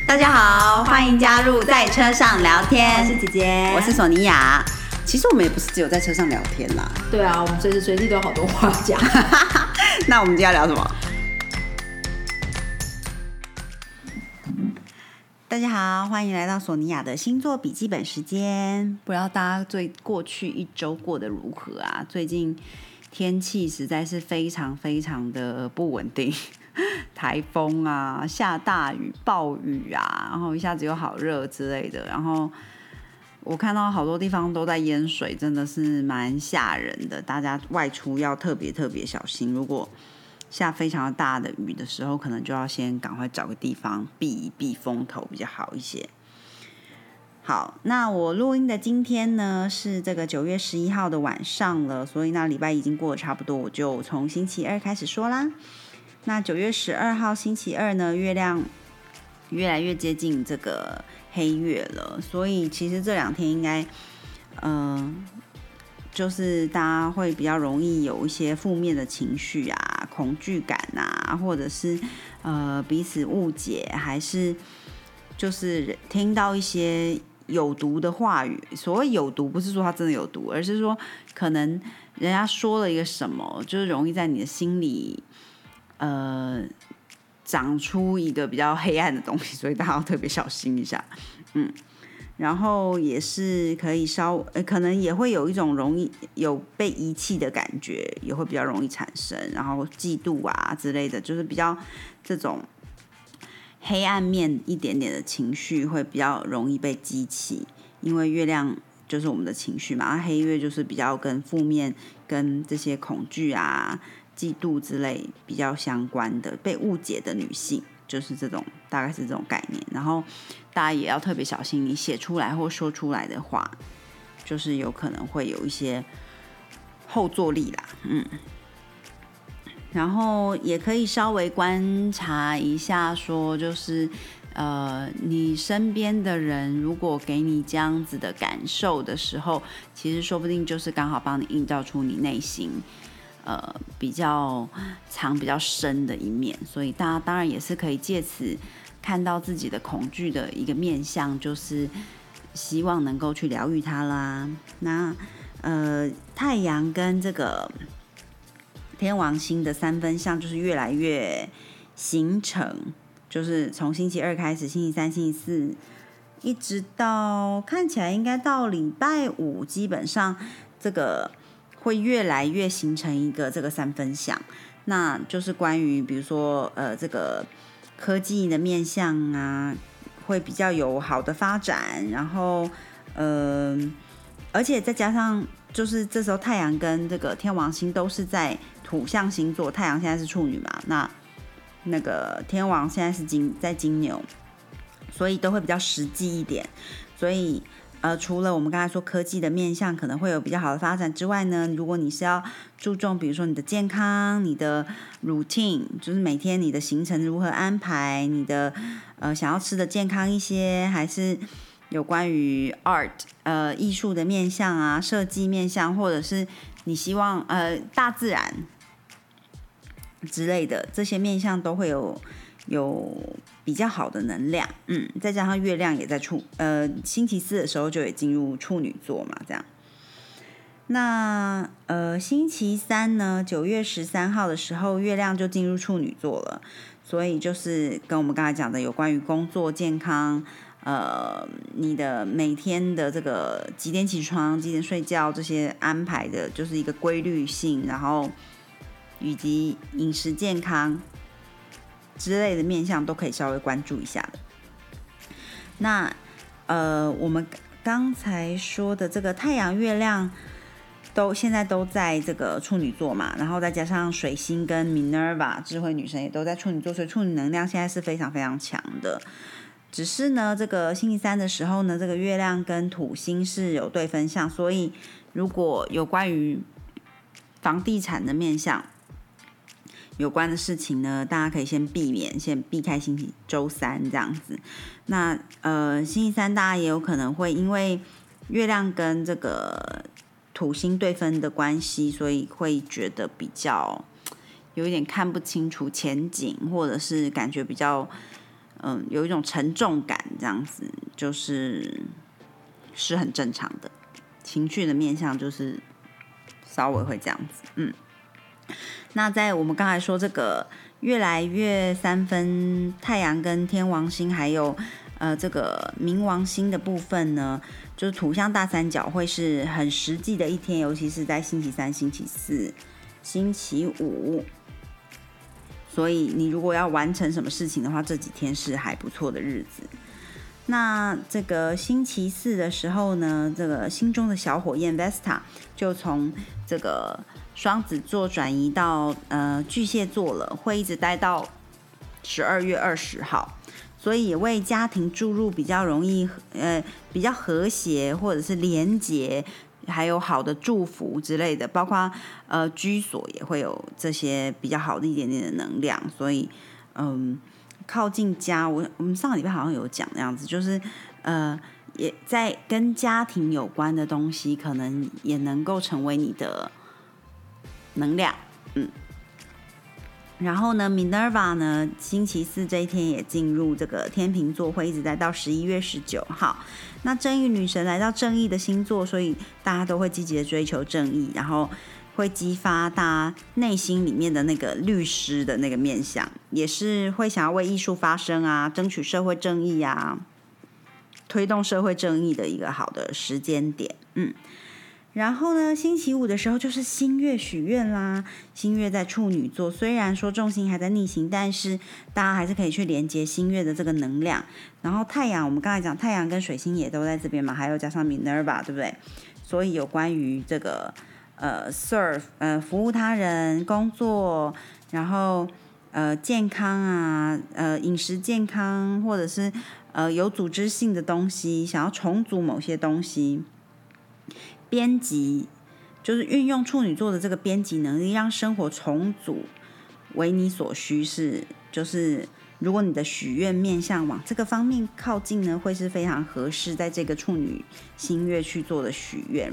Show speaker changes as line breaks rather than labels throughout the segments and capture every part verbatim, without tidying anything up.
大家好，欢迎加入在车上聊天。
我是姐姐，
我是索尼娅。其实我们也不是只有在车上聊天啦。
对啊，我们随时随地都有好多话讲。
那我们今天要聊什么？大家好，欢迎来到索尼娅的星座笔记本时间。不知道大家最过去一周过得如何啊？最近天气实在是非常非常的不稳定，台风啊，下大雨、暴雨啊，然后一下子又好热之类的。然后我看到好多地方都在淹水，真的是蛮吓人的。大家外出要特别特别小心。如果下非常大的雨的时候，可能就要先赶快找个地方避一避风头比较好一些。好，那我录音的今天呢是这个九月十一号的晚上了，所以那礼拜已经过得差不多，我就从星期二开始说啦。那九月十二号星期二呢，月亮越来越接近这个黑月了，所以其实这两天应该，嗯、呃。就是大家会比较容易有一些负面的情绪啊、恐惧感啊，或者是呃彼此误解，还是就是听到一些有毒的话语。所谓有毒，不是说它真的有毒，而是说可能人家说了一个什么，就是容易在你的心里呃长出一个比较黑暗的东西，所以大家要特别小心一下，嗯。然后也是可以稍，呃，可能也会有一种容易有被遗弃的感觉，也会比较容易产生。然后嫉妒啊之类的，就是比较这种黑暗面一点点的情绪会比较容易被激起，因为月亮就是我们的情绪嘛，黑月就是比较跟负面、跟这些恐惧啊、嫉妒之类比较相关的，被误解的女性。就是这种，大概是这种概念。然后大家也要特别小心，你写出来或说出来的话，就是有可能会有一些后坐力啦，嗯。然后也可以稍微观察一下，说就是呃，你身边的人如果给你这样子的感受的时候，其实说不定就是刚好帮你映照出你内心。呃，比较藏比较深的一面，所以大家当然也是可以借此看到自己的恐惧的一个面向，就是希望能够去疗愈它啦。那呃，太阳跟这个天王星的三分相就是越来越形成，就是从星期二开始，星期三、星期四，一直到看起来应该到礼拜五，基本上这个。会越来越形成一个这个三分相，那就是关于比如说呃这个科技的面向啊，会比较有好的发展，然后呃而且再加上就是这时候太阳跟这个天王星都是在土象星座，太阳现在是处女嘛，那那个天王现在是金在金牛，所以都会比较实际一点，所以。呃，除了我们刚才说科技的面向可能会有比较好的发展之外呢，如果你是要注重，比如说你的健康、你的 routine， 就是每天你的行程如何安排，你的呃想要吃的健康一些，还是有关于 art 呃艺术的面向啊、设计面向，或者是你希望呃大自然之类的这些面向都会有。有比较好的能量，嗯，再加上月亮也在处，呃，星期四的时候就也进入处女座嘛，这样。那呃，星期三呢，九月十三号的时候，月亮就进入处女座了，所以就是跟我们刚才讲的有关于工作、健康，呃，你的每天的这个几点起床、几点睡觉这些安排的，就是一个规律性，然后以及饮食健康。之类的面向都可以稍微关注一下的。那呃，我们刚才说的这个太阳、月亮都现在都在这个处女座嘛，然后再加上水星跟 Minerva 智慧女神也都在处女座，所以处女能量现在是非常非常强的。只是呢，这个星期三的时候呢，这个月亮跟土星是有对分相，所以如果有关于房地产的面向。有关的事情呢，大家可以先避免，先避开星期周三这样子。那呃，星期三大家也有可能会因为月亮跟这个土星对分的关系，所以会觉得比较有一点看不清楚前景，或者是感觉比较嗯有一种沉重感，这样子就是是很正常的。情绪的面向就是稍微会这样子，嗯。那在我们刚才说这个越来越三分太阳跟天王星还有呃这个冥王星的部分呢，就是土象大三角会是很实际的一天，尤其是在星期三、星期四、星期五。所以你如果要完成什么事情的话，这几天是还不错的日子。那这个星期四的时候呢，这个心中的小火焰 Vesta 就从这个双子座转移到呃巨蟹座了，会一直待到十二月二十号，所以也为家庭注入比较容易呃比较和谐或者是连结，还有好的祝福之类的，包括呃居所也会有这些比较好的一点点的能量，所以嗯。靠近家，我我们上个礼拜好像有讲的样子，就是呃，也在跟家庭有关的东西，可能也能够成为你的能量，嗯。然后呢 ，Minerva 呢，星期四这一天也进入这个天秤座，会一直待到十一月十九号。那正义女神来到正义的星座，所以大家都会积极的追求正义，然后会激发大家内心里面的那个律师的那个面向，也是会想要为艺术发声啊，争取社会正义啊，推动社会正义的一个好的时间点。嗯，然后呢，星期五的时候就是新月许愿啦。新月在处女座，虽然说重心还在逆行，但是大家还是可以去连接新月的这个能量。然后太阳，我们刚才讲太阳跟水星也都在这边嘛，还有加上 Minerva， 对不对？所以有关于这个呃 serve 呃服务他人、工作，然后呃健康啊，呃饮食健康，或者是呃有组织性的东西，想要重组某些东西。编辑就是运用处女座的这个编辑能力，让生活重组为你所需，是就是如果你的许愿面向往这个方面靠近呢，会是非常合适在这个处女新月去做的许愿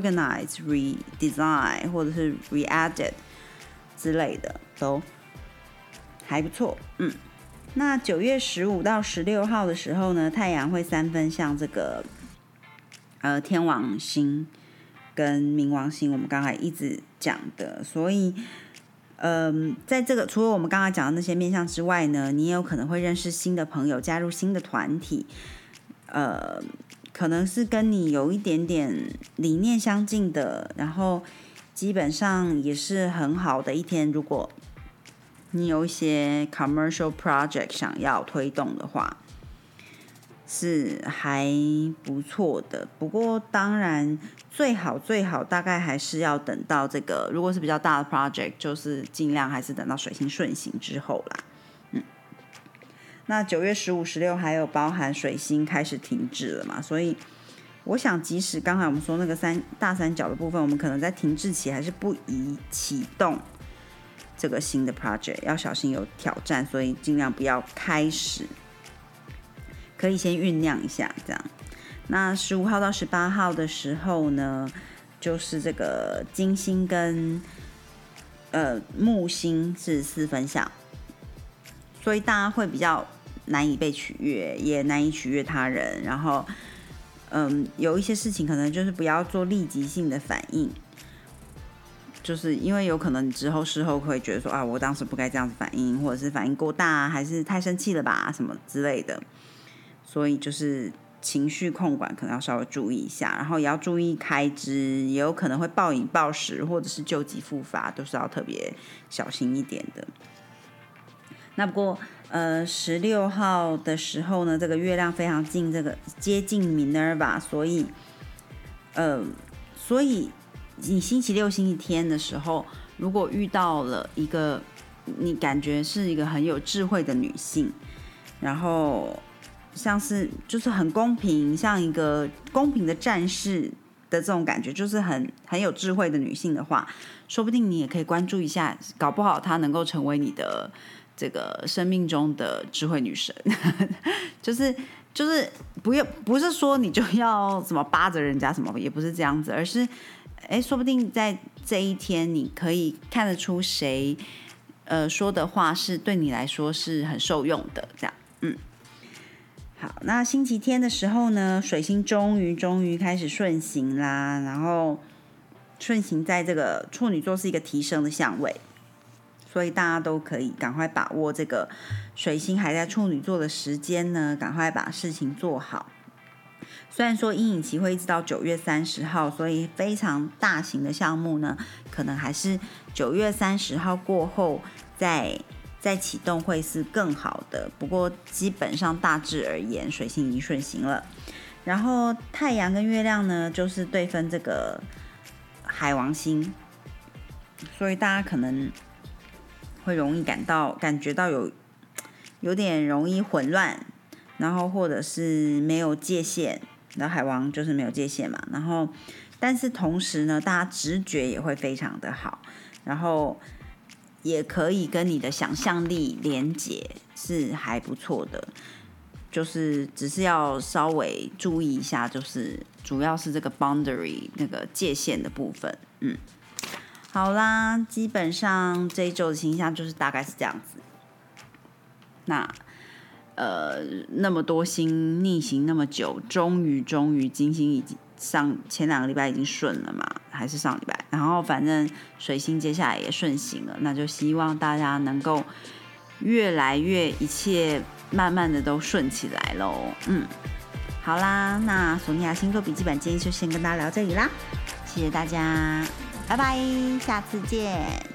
，reorganize、redesign 或者是 readded 之类的都还不错。嗯，那九月十五到十六号的时候呢，太阳会三分向这个呃天王星跟冥王星，我们刚才一直讲的，所以，嗯、呃，在这个除了我们刚才讲的那些面向之外呢，你也有可能会认识新的朋友，加入新的团体，呃，可能是跟你有一点点理念相近的，然后基本上也是很好的一天。如果你有一些 commercial project 想要推动的话，是还不错的。不过当然最好最好大概还是要等到这个，如果是比较大的 project， 就是尽量还是等到水星顺行之后啦。嗯，那九月十五、十六还有包含水星开始停滞了嘛，所以我想即使刚才我们说那个三大三角的部分，我们可能在停滞期还是不宜启动这个新的 project， 要小心有挑战，所以尽量不要开始。可以先酝酿一下，这样。那十五号到十八号的时候呢，就是这个金星跟呃木星是四分相，所以大家会比较难以被取悦，也难以取悦他人。然后，嗯，有一些事情可能就是不要做立即性的反应，就是因为有可能你之后事后会觉得说啊，我当时不该这样子反应，或者是反应过大，还是太生气了吧，什么之类的。所以就是情绪控管可能要稍微注意一下，然后也要注意开支，也有可能会暴饮暴食或者是旧疾复发，都是要特别小心一点的。那不过呃十六号的时候呢，这个月亮非常近，这个接近 Minerva， 所以呃所以你星期六星期天的时候，如果遇到了一个你感觉是一个很有智慧的女性，然后像是就是很公平，像一个公平的战士的这种感觉，就是很很有智慧的女性的话，说不定你也可以关注一下，搞不好她能够成为你的这个生命中的智慧女神。就是就是不要不是说你就要什么扒着人家什么，也不是这样子，而是哎，说不定在这一天你可以看得出谁呃说的话是对你来说是很受用的，这样。嗯， 那星期天的时候呢，水星终于终于开始顺行啦，然后顺行在这个处女座是一个提升的相位，所以大家都可以赶快把握这个水星还在处女座的时间呢，赶快把事情做好。虽然说阴影期会一直到九月三十号，所以非常大型的项目呢，可能还是九月三十号过后再再启动会是更好的。不过基本上大致而言，水星已经顺行了。然后太阳跟月亮呢，就是对分这个海王星，所以大家可能会容易感到感觉到有有点容易混乱，然后或者是没有界限。然后海王就是没有界限嘛，然后但是同时呢，大家直觉也会非常的好，然后也可以跟你的想象力连结，是还不错的。就是只是要稍微注意一下，就是主要是这个 boundary 那个界限的部分。嗯，好啦，基本上这一周的形象就是大概是这样子。那呃，那么多星逆行那么久，终于终于金星已经上前两个礼拜已经顺了嘛，还是上礼拜，然后反正水星接下来也顺行了，那就希望大家能够越来越一切慢慢的都顺起来咯。嗯，好啦，那索尼娅星座笔记本今天就先跟大家聊这里啦，谢谢大家，拜拜，下次见。